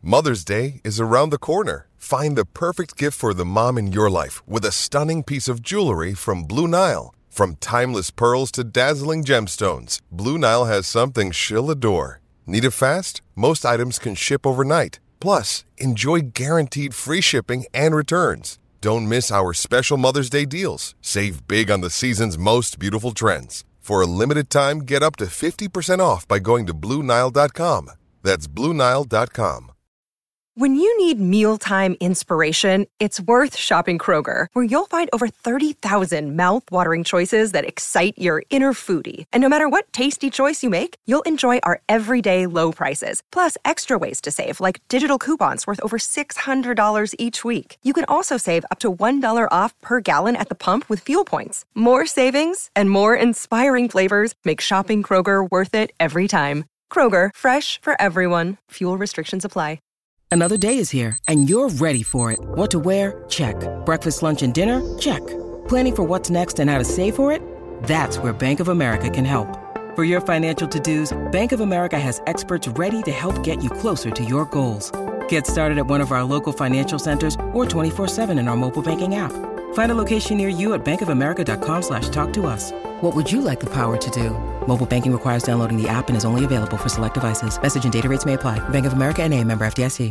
Mother's Day is around the corner. Find the perfect gift for the mom in your life with a stunning piece of jewelry from Blue Nile. From timeless pearls to dazzling gemstones, Blue Nile has something she'll adore. Need it fast? Most items can ship overnight. Plus, enjoy guaranteed free shipping and returns. Don't miss our special Mother's Day deals. Save big on the season's most beautiful trends. For a limited time, get up to 50% off by going to BlueNile.com. That's BlueNile.com. When you need mealtime inspiration, it's worth shopping Kroger, where you'll find over 30,000 mouth-watering choices that excite your inner foodie. And no matter what tasty choice you make, you'll enjoy our everyday low prices, plus extra ways to save, like digital coupons worth over $600 each week. You can also save up to $1 off per gallon at the pump with fuel points. More savings and more inspiring flavors make shopping Kroger worth it every time. Kroger, fresh for everyone. Fuel restrictions apply. Another day is here, and you're ready for it. What to wear? Check. Breakfast, lunch, and dinner? Check. Planning for what's next and how to save for it? That's where Bank of America can help. For your financial to-dos, Bank of America has experts ready to help get you closer to your goals. Get started at one of our local financial centers or 24/7 in our mobile banking app. Find a location near you at bankofamerica.com/talktous. What would you like the power to do? Mobile banking requires downloading the app and is only available for select devices. Message and data rates may apply. Bank of America N.A., member FDIC.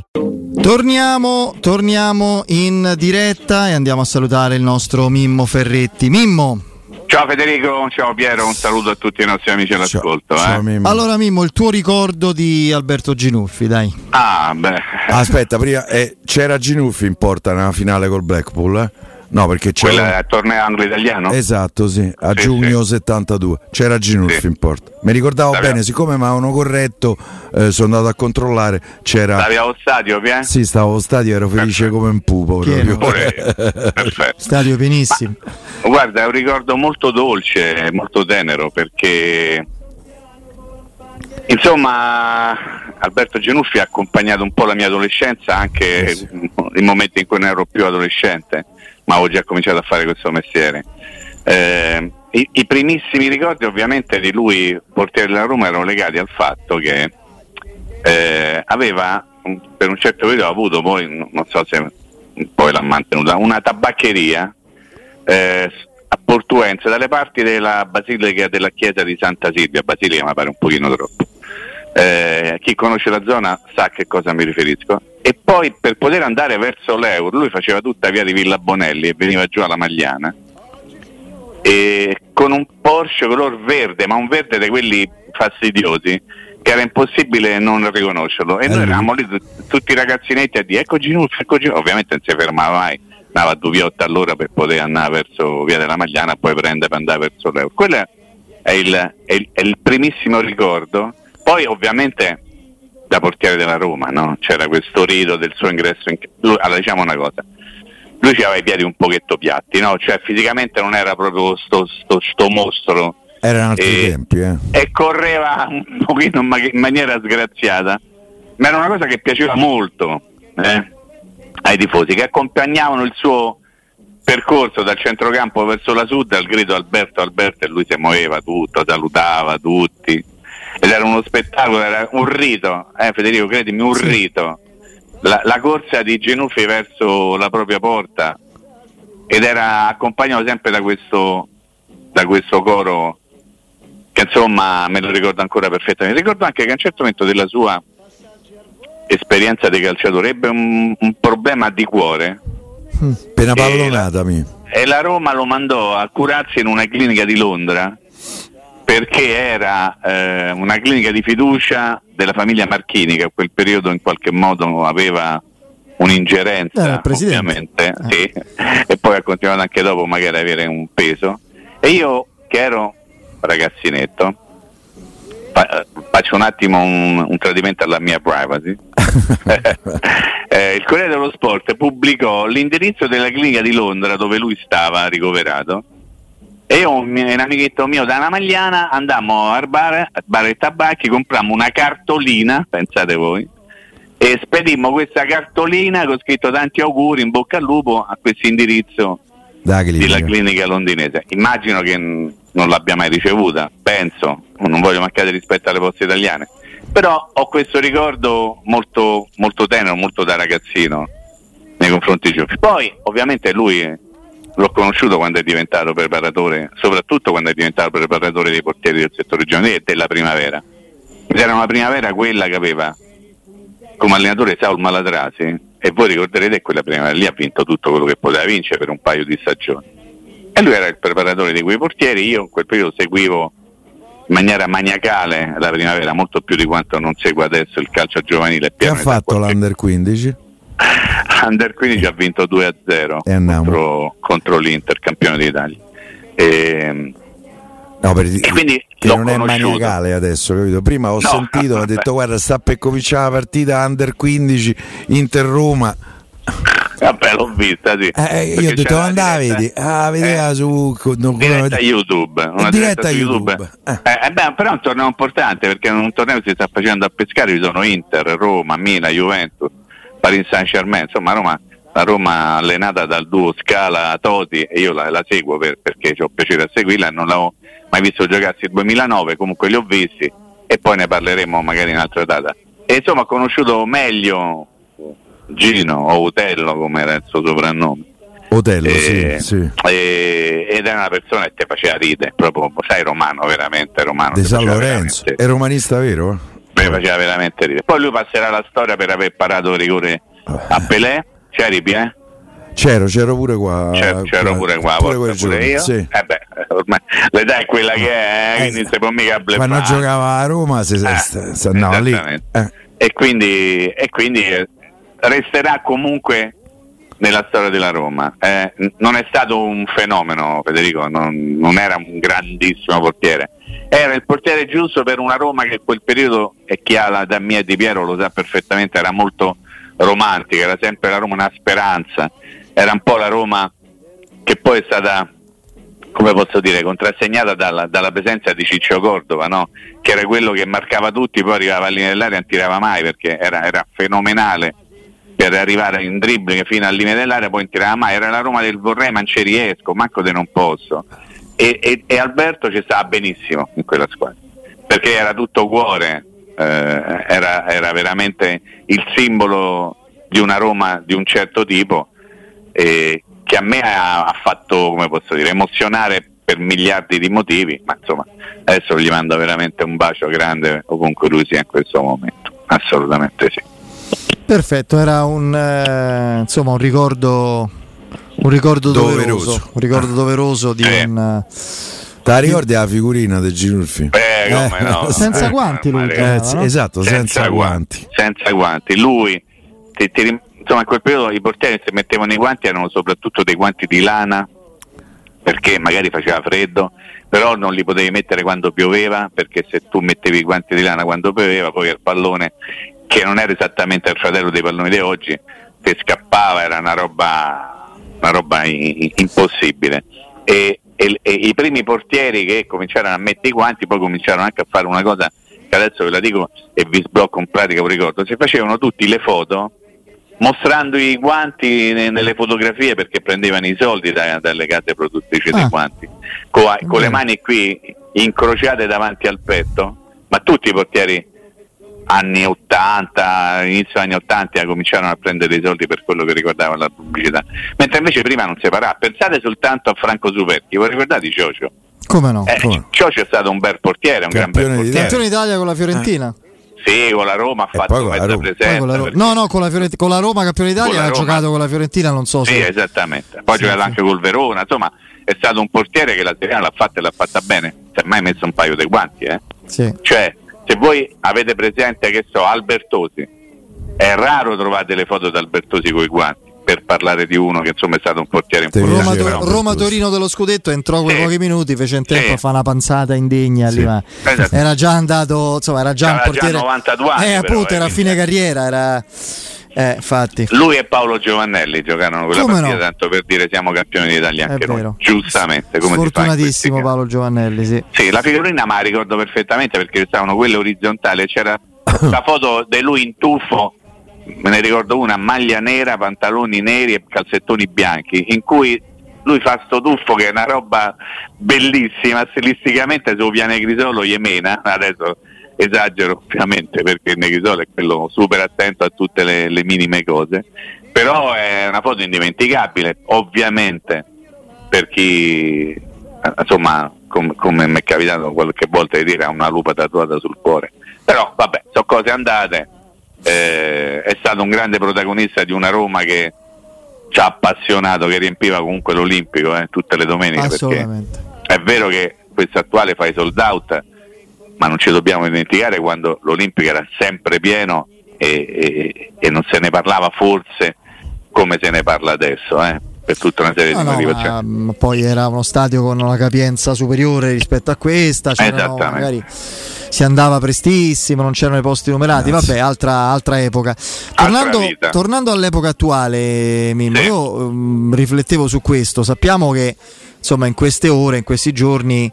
Torniamo in diretta e andiamo a salutare il nostro Mimmo Ferretti. Mimmo. Ciao Federico, ciao Piero, un saluto a tutti i nostri amici all'ascolto. Ciao, Mimmo. Allora Mimmo, il tuo ricordo di Alberto Ginuffi, dai. Aspetta, prima c'era Ginuffi in porta nella finale col Blackpool, No, perché c'era quella è torneo anglo-italiano? Esatto, sì, a giugno 72 c'era Ginulfi in porta. Mi ricordavo bene, siccome mi avevano corretto, sono andato a controllare, c'era. Stavi allo stadio, Pia? Sì, stavo allo stadio, ero felice come un pupo proprio. Perfetto. Stadio pienissimo. Guarda, è un ricordo molto dolce, molto tenero, perché insomma Alberto Ginuffi ha accompagnato un po' la mia adolescenza, anche in momenti in cui non ero più adolescente, ma avevo già cominciato a fare questo mestiere. I primissimi ricordi ovviamente di lui, portiere della Roma, erano legati al fatto che aveva per un certo periodo avuto, poi non so se poi l'ha mantenuta, una tabaccheria a Portuense, dalle parti della basilica della chiesa di Santa Silvia. Basilica mi pare un pochino troppo. Chi conosce la zona sa a che cosa mi riferisco. E poi per poter andare verso l'Euro lui faceva tutta via di Villa Bonelli e veniva giù alla Magliana, e con un Porsche color verde, ma un verde di quelli fastidiosi che era impossibile non riconoscerlo, e noi eravamo lì tutti ragazzinetti a dire ecco Ginuffi, ovviamente non si fermava mai, andava a 2 piotte all'ora per poter andare verso via della Magliana e poi prendere per andare verso l'Euro. Quello è il primissimo ricordo. Poi ovviamente da portiere della Roma, no? C'era questo rito del suo ingresso allora diciamo una cosa, lui aveva i piedi un pochetto piatti, no? Cioè fisicamente non era proprio sto mostro, erano altri tempi, e correva un pochino in maniera sgraziata, ma era una cosa che piaceva molto ai tifosi, che accompagnavano il suo percorso dal centrocampo verso la sud al grido Alberto, Alberto, e lui si muoveva tutto, salutava tutti. Ed era uno spettacolo, era un rito, Federico, credimi, un rito. La corsa di Ginuffi verso la propria porta, ed era accompagnato sempre da questo coro che insomma me lo ricordo ancora perfettamente. Ricordo anche che a un certo momento della sua esperienza di calciatore ebbe un problema di cuore. Appena pallonatami. E la Roma lo mandò a curarsi in una clinica di Londra, perché era una clinica di fiducia della famiglia Marchini, che a quel periodo in qualche modo aveva un'ingerenza, ovviamente, sì. E poi ha continuato anche dopo magari ad avere un peso. E io, che ero ragazzinetto, faccio un attimo un tradimento alla mia privacy. Il Corriere dello Sport pubblicò l'indirizzo della clinica di Londra dove lui stava ricoverato, e io un amichetto mio da una Magliana andammo al bar e tabacchi, comprammo una cartolina, pensate voi, e spedimmo questa cartolina con scritto tanti auguri, in bocca al lupo, a questo indirizzo della clinica londinese. Immagino che non l'abbia mai ricevuta, penso, non voglio mancare rispetto alle poste italiane, però ho questo ricordo molto, molto tenero, molto da ragazzino nei confronti di Giuffi. Poi ovviamente lui l'ho conosciuto quando è diventato preparatore, soprattutto quando è diventato preparatore dei portieri del settore giovanile e della Primavera. Era una Primavera quella che aveva come allenatore Saul Malatrasi, e voi ricorderete che quella Primavera lì ha vinto tutto quello che poteva vincere per un paio di stagioni, e lui era il preparatore di quei portieri. Io in quel periodo seguivo in maniera maniacale la Primavera, molto più di quanto non seguo adesso il calcio giovanile. Che ha fatto l'Under 15? Under 15 ha vinto 2-0 contro l'Inter, campione d'Italia. No, e quindi che non è maniacale adesso, capito? Prima ho sentito, ho detto guarda, sta per cominciare la partita Under 15 Inter Roma. Vabbè, l'ho vista, sì. Io ho detto andava, vedi, vedeva su diretta YouTube, una diretta su YouTube. Però è un torneo importante, perché in un torneo si sta facendo a pescare, ci sono Inter, Roma, Milan, Juventus, Paris Saint-Germain, insomma la Roma allenata dal duo Scala-Totti, e io la seguo perché ho piacere a seguirla, non l'avevo mai visto giocarsi il 2009, comunque li ho visti e poi ne parleremo magari in un'altra data. E insomma ho conosciuto meglio Gino, o Utello come era il suo soprannome. Utello, sì. Ed era una persona che ti faceva ridere, proprio, sai, romano, veramente romano. De San Lorenzo, è romanista vero? Mi faceva veramente ridere. Poi lui passerà la storia per aver parato il rigore a Pelé. C'eri, C'ero pure qua. C'ero pure qua, pure io. Sì. Ormai l'età è quella che è, quindi non si può mica bleffare. Quando giocava a Roma no, lì. E quindi resterà comunque nella storia della Roma. Non è stato un fenomeno, Federico, non era un grandissimo portiere, era il portiere giusto per una Roma che in quel periodo, e chi ha la da mia e Di Piero lo sa perfettamente, era molto romantica, era sempre la Roma una speranza, era un po' la Roma che poi è stata, come posso dire, contrassegnata dalla presenza di Ciccio Cordova, no? Che era quello che marcava tutti, poi arrivava alla linea dell'area e non tirava mai, perché era fenomenale per arrivare in dribbling fino alla linea dell'area, poi non tirava mai. Era la Roma del vorrei ma non ci riesco, manco de non posso, e Alberto ci stava benissimo in quella squadra, perché era tutto cuore. Era veramente il simbolo di una Roma di un certo tipo, che a me ha fatto, come posso dire, emozionare per miliardi di motivi, ma insomma adesso gli mando veramente un bacio grande ovunque lui sia in questo momento, assolutamente sì. Perfetto, era un ricordo doveroso, un ricordo doveroso di un... Te la ricordi la figurina del Ginulfi? Come no? Senza guanti lui no? Esatto, senza guanti. Senza guanti. Lui, insomma, in quel periodo i portieri se mettevano i guanti erano soprattutto dei guanti di lana, perché magari faceva freddo, però non li potevi mettere quando pioveva, perché se tu mettevi i guanti di lana quando pioveva, poi il pallone, che non era esattamente il fratello dei palloni di oggi, ti scappava, era una roba impossibile. E i primi portieri che cominciarono a mettere i guanti poi cominciarono anche a fare una cosa che adesso ve la dico e vi sblocco in pratica un ricordo: si facevano tutti le foto mostrando i guanti nelle fotografie, perché prendevano i soldi dalle case produttrici dei guanti, con le mani qui incrociate davanti al petto. Ma tutti i portieri anni 80, inizio anni 80 cominciarono a prendere i soldi per quello che riguardava la pubblicità, mentre invece prima non si parava. Pensate soltanto a Franco Superchi, voi ricordate Ciocio? Come no? Ciocio è stato un bel portiere, un gran bel portiere. Campione d'Italia con la Fiorentina. Sì, con la Roma ha fatto mezza presenza. Con la Roma campione d'Italia ha giocato con la Fiorentina, non so se... Sì, esattamente. Poi giocato anche col Verona, insomma è stato un portiere che la Serie A l'ha fatta bene. Si è mai messo un paio di guanti, Sì. Cioè, se voi avete presente, che so, Albertosi, è raro trovate le foto di Albertosi con i guanti, per parlare di uno che insomma è stato un portiere importante. Roma-Torino dello scudetto, entrò quei pochi minuti, fece in tempo a fare una panzata indegna lì, ma era già andato, insomma era già un portiere, già 92 anni, appunto, era a fine carriera, era infatti. Lui e Paolo Giovannelli giocarono quella partita, tanto per dire siamo campioni d'Italia anche noi, giustamente, come fortunatissimo Paolo Giovannelli, sì, la figurina me la ricordo perfettamente, perché stavano quelle orizzontali, c'era la foto di lui in tuffo, me ne ricordo una, maglia nera, pantaloni neri e calzettoni bianchi, in cui lui fa sto tuffo che è una roba bellissima, stilisticamente su Piane Grisolo Iemena, adesso esagero ovviamente perché Negrisol è quello super attento a tutte le minime cose, però è una foto indimenticabile, ovviamente per chi insomma come mi è capitato qualche volta di dire ha una lupa tatuata sul cuore, però vabbè, sono cose andate. È stato un grande protagonista di una Roma che ci ha appassionato, che riempiva comunque l'Olimpico tutte le domeniche, perché è vero che questo attuale fa i sold out, ma non ci dobbiamo dimenticare quando l'Olimpico era sempre pieno e non se ne parlava forse come se ne parla adesso, per tutta una serie di motivazioni. Ma poi era uno stadio con una capienza superiore rispetto a questa, magari si andava prestissimo, non c'erano i posti numerati, vabbè, altra epoca. Tornando all'epoca attuale, Mimmo, sì. Io riflettevo su questo, sappiamo che insomma in queste ore, in questi giorni,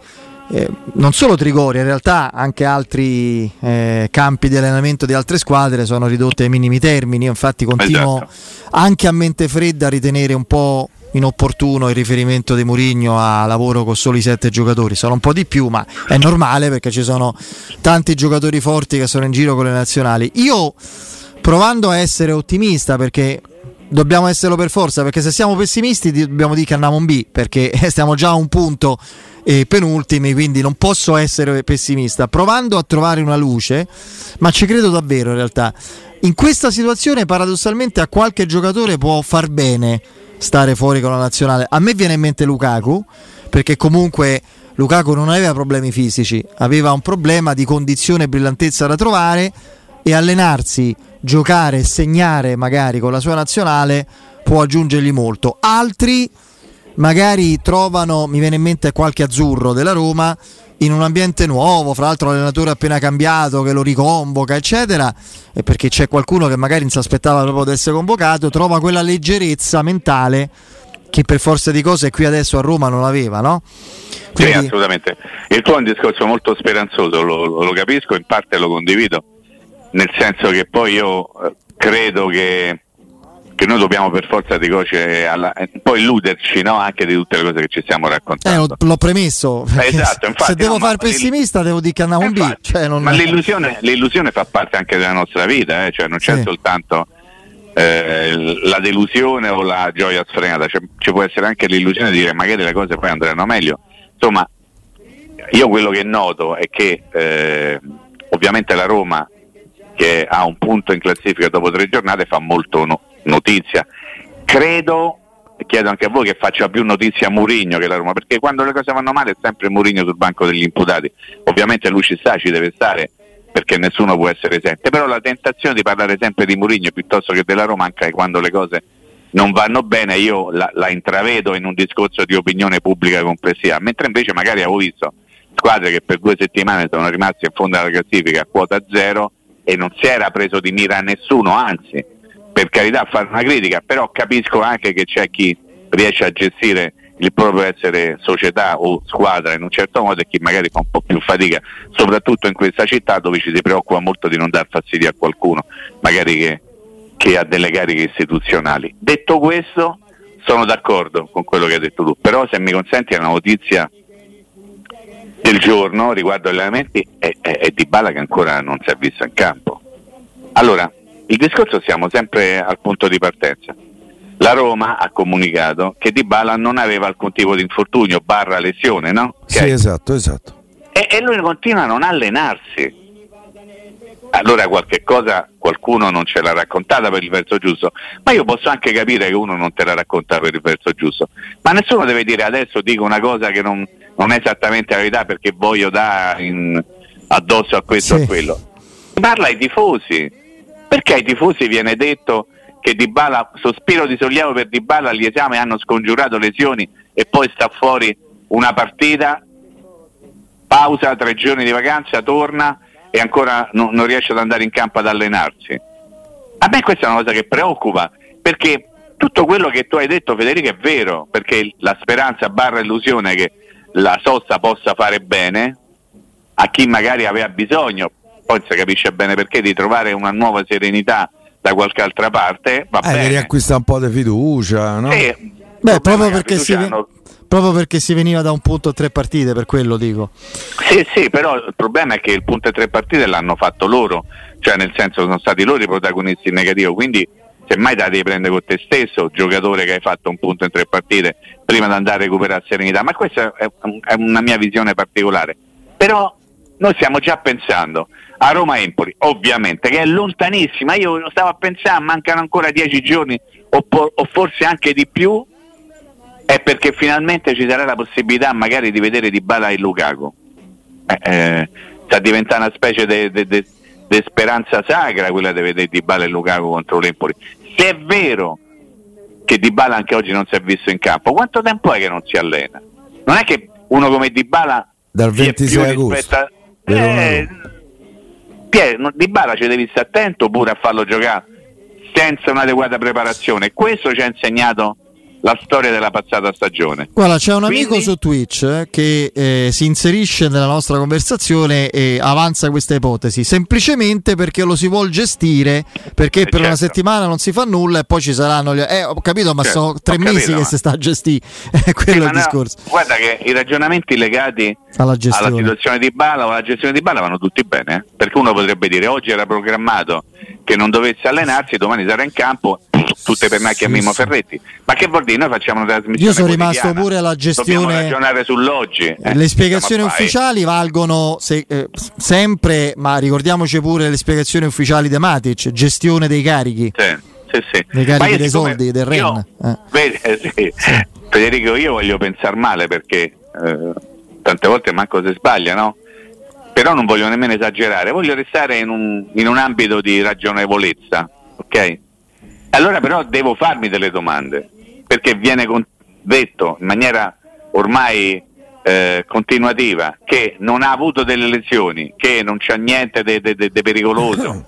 non solo Trigoria, in realtà anche altri campi di allenamento di altre squadre sono ridotti ai minimi termini. Io infatti continuo anche a mente fredda a ritenere un po' inopportuno il riferimento di Mourinho a lavoro con soli 7 giocatori. Sono un po' di più, ma è normale perché ci sono tanti giocatori forti che sono in giro con le nazionali. Io, provando a essere ottimista, perché dobbiamo esserlo per forza, perché se siamo pessimisti dobbiamo dire che andiamo in B, perché stiamo già a un punto penultimi, quindi non posso essere pessimista, provando a trovare una luce, ma ci credo davvero in realtà. In questa situazione paradossalmente a qualche giocatore può far bene stare fuori con la nazionale. A me viene in mente Lukaku, perché comunque Lukaku non aveva problemi fisici, aveva un problema di condizione e brillantezza da trovare, e allenarsi, giocare, segnare magari con la sua nazionale può aggiungergli molto. Altri magari trovano, mi viene in mente qualche azzurro della Roma, in un ambiente nuovo, fra l'altro l'allenatore appena cambiato che lo riconvoca eccetera, e perché c'è qualcuno che magari non si aspettava proprio di essere convocato, trova quella leggerezza mentale che per forza di cose qui adesso a Roma non aveva, no? Quindi... Sì, assolutamente. Il tuo è un discorso molto speranzoso, lo capisco, in parte lo condivido, nel senso che poi io credo che noi dobbiamo per forza di cose poi illuderci, no? Anche di tutte le cose che ci stiamo raccontando. L'ho premesso, esatto, infatti, se devo fare pessimista devo dire che andiamo in B, ma l'illusione fa parte anche della nostra vita, cioè non c'è soltanto la delusione o la gioia sfrenata, ci può essere anche l'illusione di dire magari le cose poi andranno meglio. Insomma, io quello che noto è che ovviamente la Roma, che ha un punto in classifica dopo 3 giornate, fa molto notizia. Credo, e chiedo anche a voi, che faccia più notizia Mourinho che la Roma, perché quando le cose vanno male è sempre Mourinho sul banco degli imputati. Ovviamente lui ci deve stare, perché nessuno può essere esente, però la tentazione di parlare sempre di Mourinho piuttosto che della Roma anche quando le cose non vanno bene, io la intravedo in un discorso di opinione pubblica complessiva, mentre invece magari avevo visto squadre che per 2 settimane sono rimaste in fondo alla classifica a quota 0 e non si era preso di mira a nessuno, anzi, per carità, fare una critica, però capisco anche che c'è chi riesce a gestire il proprio essere società o squadra in un certo modo e chi magari fa un po' più fatica, soprattutto in questa città dove ci si preoccupa molto di non dar fastidio a qualcuno, magari che ha delle cariche istituzionali. Detto questo, sono d'accordo con quello che hai detto tu, però se mi consenti una notizia del giorno riguardo agli allenamenti è Dybala che ancora non si è visto in campo. Allora, il discorso, siamo sempre al punto di partenza. La Roma ha comunicato che Dybala non aveva alcun tipo di infortunio / lesione, no? Sì, esatto. E lui continua a non allenarsi. Allora qualche cosa qualcuno non ce l'ha raccontata per il verso giusto, ma io posso anche capire che uno non te la racconta per il verso giusto, ma nessuno deve dire adesso dico una cosa che non è esattamente la verità perché voglio dare addosso a questo o a quello. Parla ai tifosi, perché ai tifosi viene detto che Dybala, sospiro di sollievo per Dybala, gli esami hanno scongiurato lesioni e poi sta fuori una partita, pausa, 3 giorni di vacanza, torna e ancora non riesce ad andare in campo ad allenarsi. A me questa è una cosa che preoccupa, perché tutto quello che tu hai detto, Federico, è vero, perché la speranza / illusione che la sosta possa fare bene a chi magari aveva bisogno, poi si capisce bene perché, di trovare una nuova serenità da qualche altra parte, va bene. Riacquista un po' di fiducia, no? Proprio perché Proprio perché si veniva da un punto a 3 partite, per quello dico. Sì, però il problema è che il punto a 3 partite l'hanno fatto loro, cioè nel senso sono stati loro i protagonisti in negativo, quindi semmai te la devi prendere con te stesso, giocatore che hai fatto un punto in 3 partite prima di andare a recuperare serenità, ma questa è una mia visione particolare. Però noi stiamo già pensando a Roma-Empoli, ovviamente, che è lontanissima. Io stavo a pensare, mancano ancora 10 giorni o forse anche di più, è perché finalmente ci sarà la possibilità magari di vedere Dybala e Lukaku. Sta diventando una specie di speranza sacra quella di vedere Dybala e Lukaku contro l'Empoli. Se è vero che Dybala anche oggi non si è visto in campo, quanto tempo è che non si allena? Non è che uno come Dybala dal 26 agosto Dybala ci devi stare attento pure a farlo giocare senza un'adeguata preparazione. Questo ci ha insegnato la storia della passata stagione. Guarda, c'è un amico su Twitch che si inserisce nella nostra conversazione e avanza questa ipotesi semplicemente perché lo si vuol gestire, perché per una settimana non si fa nulla e poi ci saranno ho capito, ma sono 3 mesi che si sta a gestire. Quello è il discorso. Guarda che i ragionamenti legati alla situazione di Dybala o alla gestione di Dybala vanno tutti bene, perché uno potrebbe dire oggi era programmato che non dovesse allenarsi, domani sarà in campo, tutte pernacchie a Mimmo Ferretti. Ma che vuol dire? Noi facciamo una trasmissione. Io sono rimasto pure alla gestione. Dobbiamo ragionare sull'oggi. Le spiegazioni ufficiali valgono sempre, ma ricordiamoci pure le spiegazioni ufficiali di Matic, gestione dei carichi. Sì. Dei carichi dei soldi del Ren. Sì. Federico, io voglio pensare male perché tante volte manco se sbaglia, no? Però non voglio nemmeno esagerare, voglio restare in un ambito di ragionevolezza, ok? Allora però devo farmi delle domande, perché viene detto in maniera ormai continuativa che non ha avuto delle lezioni, che non c'è niente di pericoloso,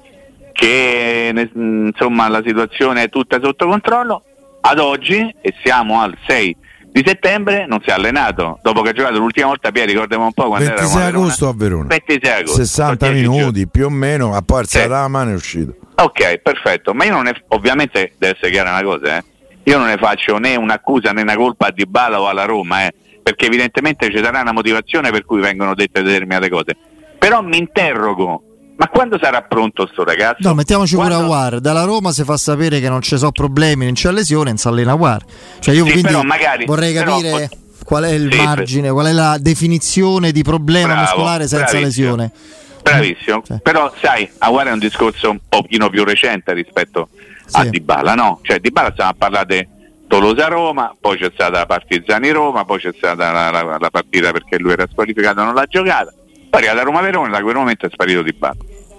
che insomma la situazione è tutta sotto controllo. Ad oggi, e siamo al 6 di settembre, non si è allenato dopo che ha giocato l'ultima volta. Pieri, ricordiamo un po' quando 26 era agosto a Verona, 26 agosto, 60 minuti più o meno, ha poi alzato la mano e è uscito. Ok, perfetto, ma io non ovviamente deve essere chiara una cosa, io non ne faccio né un'accusa né una colpa a Dybala o alla Roma, perché evidentemente ci sarà una motivazione per cui vengono dette determinate cose, però mi interrogo, ma quando sarà pronto sto ragazzo? No, mettiamoci pure a War. Dalla Roma si fa sapere che non ci sono problemi, non c'è lesione, non si allena War. Cioè io quindi vorrei capire qual è il margine, qual è la definizione di problema muscolare senza lesione. Bravissimo, però sai, Aguara è un discorso un pochino più recente rispetto a Dybala, no? Cioè Dybala stiamo a parlare di Tolosa-Roma, poi c'è stata la Partizani-Roma, poi c'è stata la partita perché lui era squalificato e non l'ha giocata, poi arriva da Roma-Verona, da quel momento è sparito Dybala.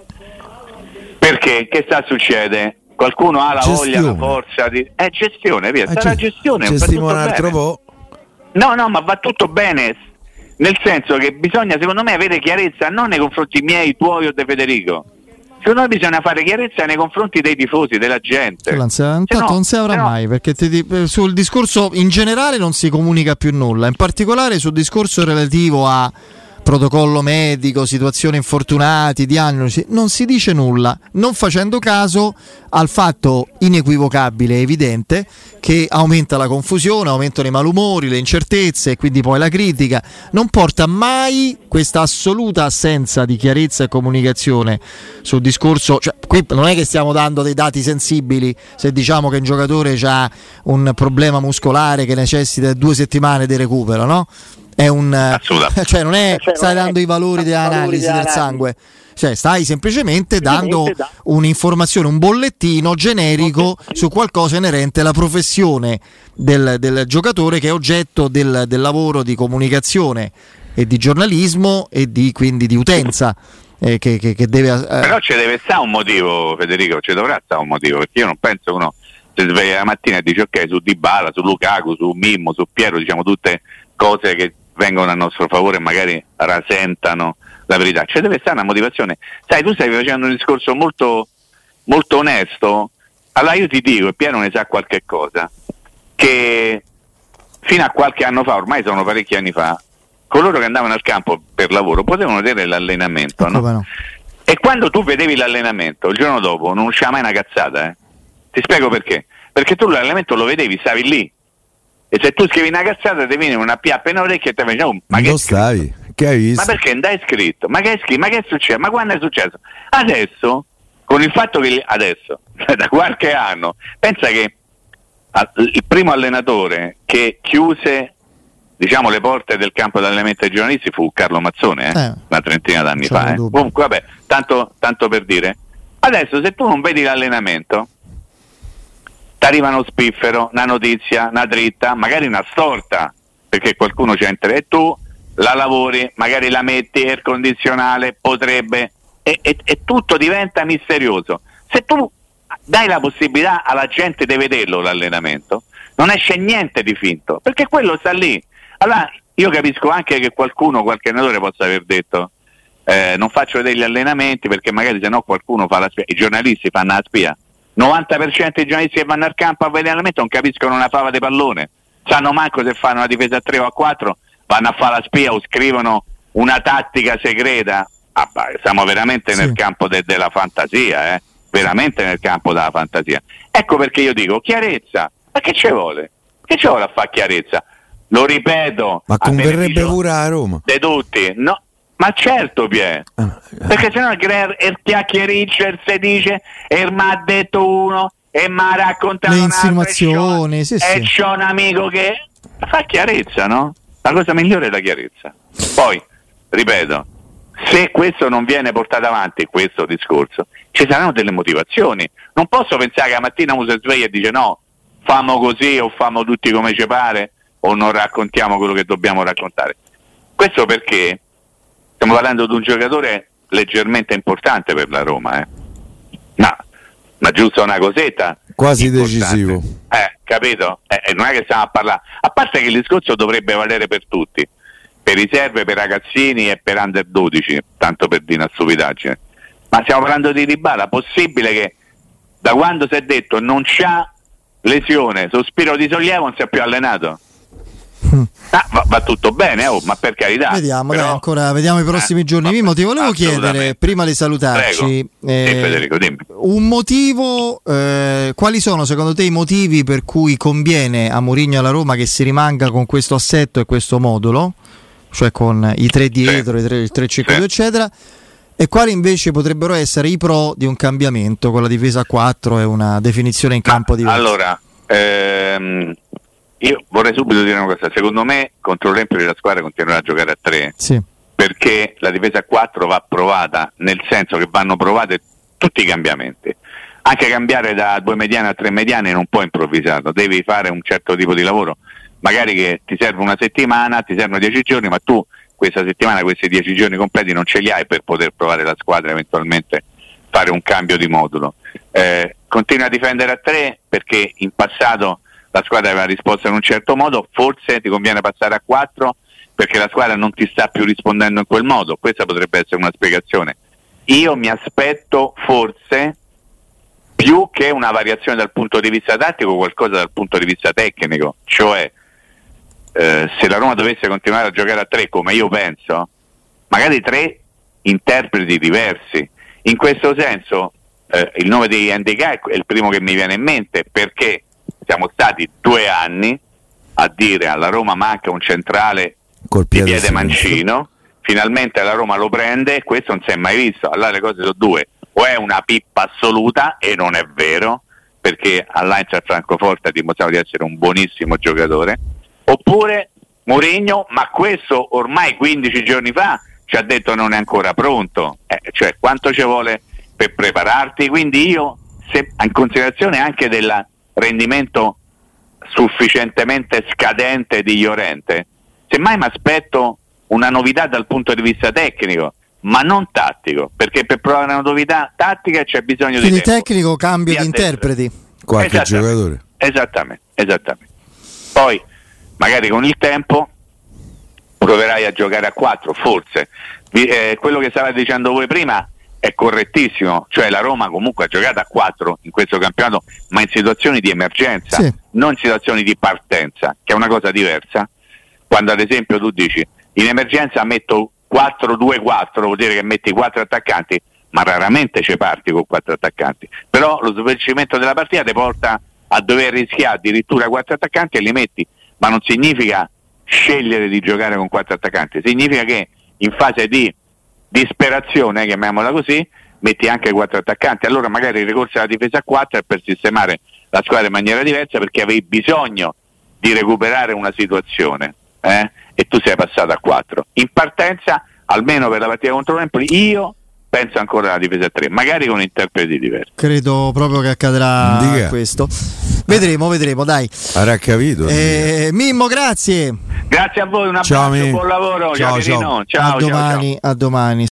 Perché? Che sta succede? Qualcuno ha la voglia, la forza di... gestione, via, sarà gestione. Gestiamo un altro po'. No, ma va tutto bene. Nel senso che bisogna, secondo me, avere chiarezza non nei confronti miei, tuoi o di Federico. Secondo me bisogna fare chiarezza nei confronti dei tifosi, della gente. Non si avrà mai, perché sul discorso in generale non si comunica più nulla, in particolare sul discorso relativo a protocollo medico, situazioni infortunati, diagnosi, non si dice nulla, non facendo caso al fatto inequivocabile e evidente che aumenta la confusione, aumentano i malumori, le incertezze e quindi poi la critica. Non porta mai questa assoluta assenza di chiarezza e comunicazione sul discorso, cioè qui non è che stiamo dando dei dati sensibili se diciamo che un giocatore ha un problema muscolare che necessita 2 settimane di recupero, no? È cioè non è stai dando i valori dell'analisi del sangue, cioè stai semplicemente dando un'informazione, un bollettino generico su qualcosa inerente alla professione del giocatore che è oggetto del lavoro di comunicazione e di giornalismo e quindi di utenza che deve però ci deve stare un motivo, Federico, ci dovrà stare un motivo, perché io non penso che uno si sveglia la mattina e dice ok, su Dybala, su Lukaku, su Mimmo, su Piero, diciamo tutte cose che vengono a nostro favore e magari rasentano la verità. Cioè deve stare una motivazione. Sai, tu stai facendo un discorso molto, molto onesto. Allora io ti dico, e Piero ne sa qualche cosa, che fino a qualche anno fa, ormai sono parecchi anni fa, coloro che andavano al campo per lavoro potevano vedere l'allenamento, no? E quando tu vedevi l'allenamento, il giorno dopo non usciva mai una cazzata, Ti spiego perché. Perché tu l'allenamento lo vedevi, stavi lì, E se tu scrivi una cazzata ti viene una P appena orecchia e ti dice ma che stavi? Che hai visto? Ma perché non hai scritto? Ma che hai scritto? Ma che è successo? Ma quando è successo? Adesso, con il fatto che adesso, da qualche anno, pensa che il primo allenatore che chiuse, diciamo, le porte del campo di allenamento ai giornalisti fu Carlo Mazzone, una trentina d'anni fa. Comunque, vabbè, tanto per dire. Adesso se tu non vedi l'allenamento, ti arriva uno spiffero, una notizia, una dritta, magari una storta, perché qualcuno c'è entra e tu la lavori, magari la metti, air condizionale, potrebbe, e tutto diventa misterioso. Se tu dai la possibilità alla gente di vederlo l'allenamento, non esce niente di finto, perché quello sta lì. Allora io capisco anche che qualche allenatore possa aver detto non faccio vedere gli allenamenti perché magari se no qualcuno fa la spia, i giornalisti fanno la spia. 90% dei giornalisti che vanno al campo a vedere l'allenamento non capiscono una fava di pallone, sanno manco se fanno una difesa a 3 o a 4, vanno a fare la spia o scrivono una tattica segreta. Siamo veramente nel campo della fantasia, veramente nel campo della fantasia. Ecco perché io dico chiarezza, ma che ci vuole? Che ci vuole a fare chiarezza? Lo ripeto, ma converrebbe pure a Roma di tutti, no? Ma certo, Pier, perché sennò il chiacchiericcio si dice e mi ha detto uno e mi ha raccontato le insinuazioni, e c'ho un amico che fa chiarezza, no? La cosa migliore è la chiarezza. Poi, ripeto, se questo non viene portato avanti, questo discorso, ci saranno delle motivazioni. Non posso pensare che la mattina uno si sveglia e dice no, famo così o famo tutti come ci pare o non raccontiamo quello che dobbiamo raccontare. Questo perché stiamo parlando di un giocatore leggermente importante per la Roma, ma giusto una cosetta quasi importante. Decisivo, capito? Non è che stiamo a parlare, a parte che il discorso dovrebbe valere per tutti, per riserve, per ragazzini e per under 12, tanto per dire una stupidaggine, ma stiamo parlando di Dybala. Possibile che da quando si è detto non c'ha lesione, sospiro di sollievo, non si è più allenato? Va tutto bene, ma per carità. Vediamo, però, ancora vediamo i prossimi giorni. Mimmo, ti volevo chiedere, prima di salutarci, Federico, dimmi. un motivo, quali sono secondo te i motivi per cui conviene a Mourinho e alla Roma che si rimanga con questo assetto e questo modulo, cioè con i 3 dietro, il 3-5-2 eccetera, e quali invece potrebbero essere i pro di un cambiamento con la difesa a 4 e una definizione in campo diversa? Allora, io vorrei subito dire una cosa: secondo me contro l'Empoli la squadra continuerà a giocare a 3, perché la difesa a 4 va provata, nel senso che vanno provate tutti i cambiamenti. Anche cambiare da 2 mediane a 3 mediane non puoi improvvisarlo, devi fare un certo tipo di lavoro, magari che ti serve una settimana, ti servono 10 giorni, ma tu questa settimana, questi 10 giorni completi non ce li hai per poter provare la squadra, eventualmente fare un cambio di modulo. Continua a difendere a 3 perché in passato la squadra aveva risposto in un certo modo, forse ti conviene passare a 4 perché la squadra non ti sta più rispondendo in quel modo. Questa potrebbe essere una spiegazione. Io mi aspetto forse più che una variazione dal punto di vista tattico, qualcosa dal punto di vista tecnico, cioè se la Roma dovesse continuare a giocare a 3 come io penso, magari 3 interpreti diversi. In questo senso il nome di Ndicà è il primo che mi viene in mente, perché siamo stati 2 anni a dire alla Roma manca un centrale di piede mancino, finalmente la Roma lo prende e questo non si è mai visto. Allora le cose sono due: o è una pippa assoluta, e non è vero, perché all'Eintracht Francoforte ha dimostrato di essere un buonissimo giocatore, oppure Mourinho, ma questo ormai 15 giorni fa ci ha detto non è ancora pronto, cioè quanto ci vuole per prepararti? Quindi io, se in considerazione anche del rendimento sufficientemente scadente di Llorente, semmai mi aspetto una novità dal punto di vista tecnico, ma non tattico, perché per provare una novità tattica c'è bisogno di tempo. Tecnico, cambio di interpreti, qualche giocatore. Esattamente. Poi magari con il tempo proverai a giocare a 4, forse. Quello che stava dicendo voi prima è correttissimo, cioè la Roma comunque ha giocato a 4 in questo campionato, ma in situazioni di emergenza, non in situazioni di partenza, che è una cosa diversa. Quando ad esempio tu dici in emergenza metto 4-2-4, vuol dire che metti 4 attaccanti, ma raramente ci parti con 4 attaccanti, però lo svolgimento della partita ti porta a dover rischiare addirittura 4 attaccanti e li metti ma non significa scegliere di giocare con 4 attaccanti, significa che in fase di disperazione, chiamiamola così, metti anche 4 attaccanti. Allora magari il ricorso alla difesa a 4 è per sistemare la squadra in maniera diversa, perché avevi bisogno di recuperare una situazione, e tu sei passato a 4. In partenza, almeno per la partita contro l'Empoli, io penso ancora alla difesa a 3, magari con interpreti diversi. Credo proprio che accadrà questo. Vedremo, dai. Avrà capito. Mimmo, grazie. Grazie a voi, un abbraccio, buon lavoro. Ciao. A domani.